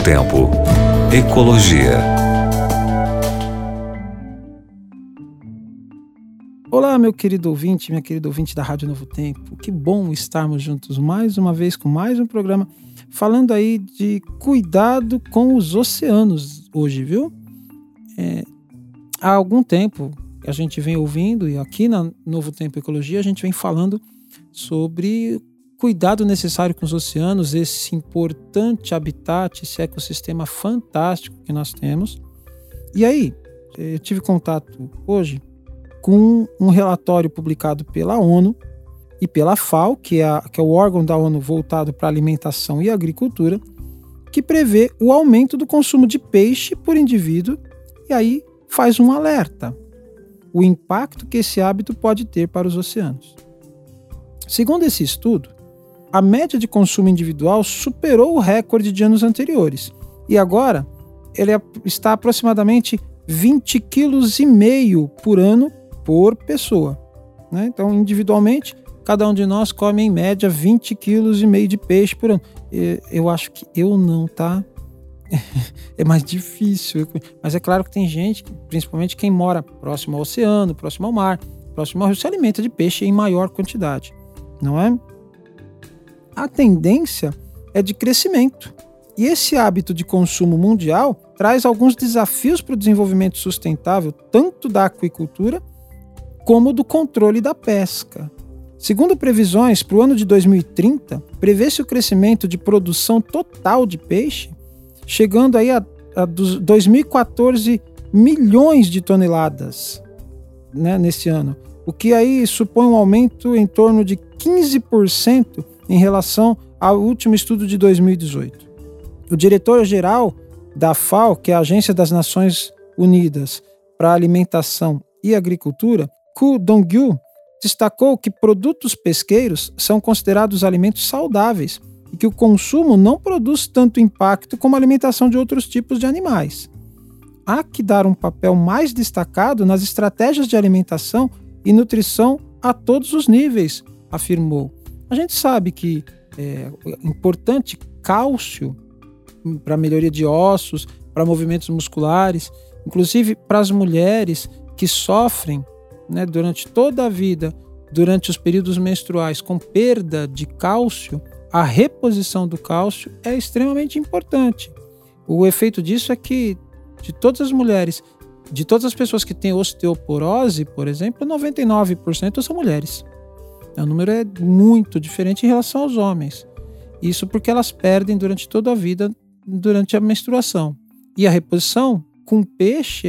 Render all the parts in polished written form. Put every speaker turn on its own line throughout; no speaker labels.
Tempo. Ecologia.
Olá, meu querido ouvinte, minha querida ouvinte da Rádio Novo Tempo. Que bom estarmos juntos mais uma vez com mais um programa falando aí de cuidado com os oceanos hoje, viu? Há algum tempo a gente vem ouvindo, e aqui na Novo Tempo Ecologia a gente vem falando sobre cuidado necessário com os oceanos, esse importante habitat, esse ecossistema fantástico que nós temos. E aí, eu tive contato hoje com um relatório publicado pela ONU e pela FAO, que é o órgão da ONU voltado para alimentação e agricultura, que prevê o aumento do consumo de peixe por indivíduo e aí faz um alerta: o impacto que esse hábito pode ter para os oceanos. Segundo esse estudo, a média de consumo individual superou o recorde de anos anteriores e agora ele está aproximadamente 20,5 kg por ano por pessoa, né? Então, individualmente, cada um de nós come em média 20,5 kg de peixe por ano. Eu acho que eu não, tá? É mais difícil, mas é claro que tem gente, principalmente quem mora próximo ao oceano, próximo ao mar, próximo ao rio, se alimenta de peixe em maior quantidade, não é? A tendência é de crescimento. E esse hábito de consumo mundial traz alguns desafios para o desenvolvimento sustentável, tanto da aquicultura como do controle da pesca. Segundo previsões para o ano de 2030, prevê-se o crescimento de produção total de peixe, chegando aí a 2014 milhões de toneladas, né, nesse ano, o que aí supõe um aumento em torno de 15% em relação ao último estudo de 2018. O diretor-geral da FAO, que é a Agência das Nações Unidas para a Alimentação e Agricultura, Ku Dong-gyu, destacou que produtos pesqueiros são considerados alimentos saudáveis e que o consumo não produz tanto impacto como a alimentação de outros tipos de animais. Há que dar um papel mais destacado nas estratégias de alimentação e nutrição a todos os níveis, afirmou. A gente sabe que é importante cálcio para a melhoria de ossos, para movimentos musculares, inclusive para as mulheres que sofrem, né, durante toda a vida, durante os períodos menstruais, com perda de cálcio. A reposição do cálcio é extremamente importante. O efeito disso é que de todas as mulheres, de todas as pessoas que têm osteoporose, por exemplo, 99% são mulheres. O número é muito diferente em relação aos homens. Isso porque elas perdem durante toda a vida, durante a menstruação. E a reposição com peixe,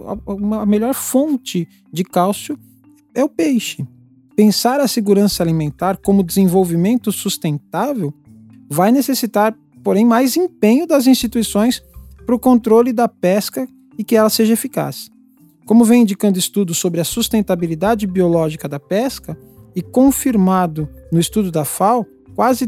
a melhor fonte de cálcio é o peixe. Pensar a segurança alimentar como desenvolvimento sustentável vai necessitar, porém, mais empenho das instituições para o controle da pesca e que ela seja eficaz. Como vem indicando estudos sobre a sustentabilidade biológica da pesca, e confirmado no estudo da FAO, quase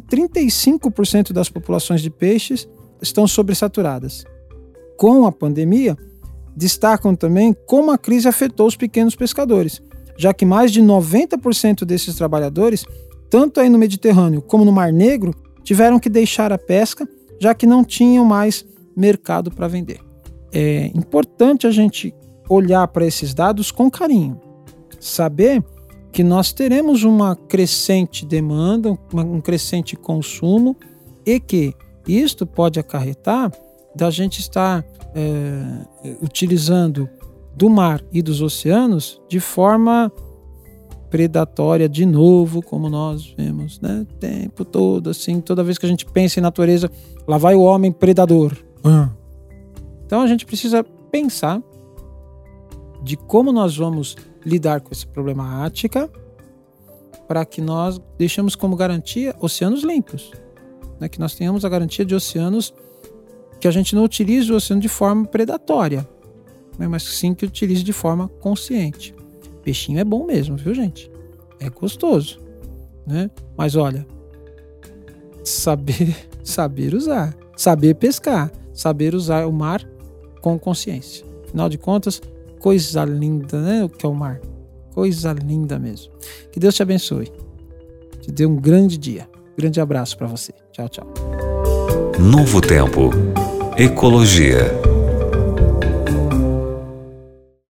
35% das populações de peixes estão sobressaturadas. Com a pandemia, destacam também como a crise afetou os pequenos pescadores, já que mais de 90% desses trabalhadores, tanto aí no Mediterrâneo como no Mar Negro, tiveram que deixar a pesca, já que não tinham mais mercado para vender. É importante a gente olhar para esses dados com carinho, saber que nós teremos uma crescente demanda, um crescente consumo e que isto pode acarretar da gente estar utilizando do mar e dos oceanos de forma predatória de novo, como nós vemos, né, o tempo todo, assim, toda vez que a gente pensa em natureza, lá vai o homem predador. Então a gente precisa pensar de como nós vamos lidar com essa problemática para que nós deixemos como garantia oceanos limpos, né? Que nós tenhamos a garantia de oceanos, que a gente não utilize o oceano de forma predatória, né? Mas sim que utilize de forma consciente. Peixinho é bom mesmo, viu, gente? É gostoso, né? Mas olha, saber usar, saber pescar, saber usar o mar com consciência. Afinal de contas, coisa linda, né? O que é o mar? Coisa linda mesmo. Que Deus te abençoe. Te dê um grande dia. Grande abraço para você. Tchau, tchau.
Novo Tempo. Ecologia.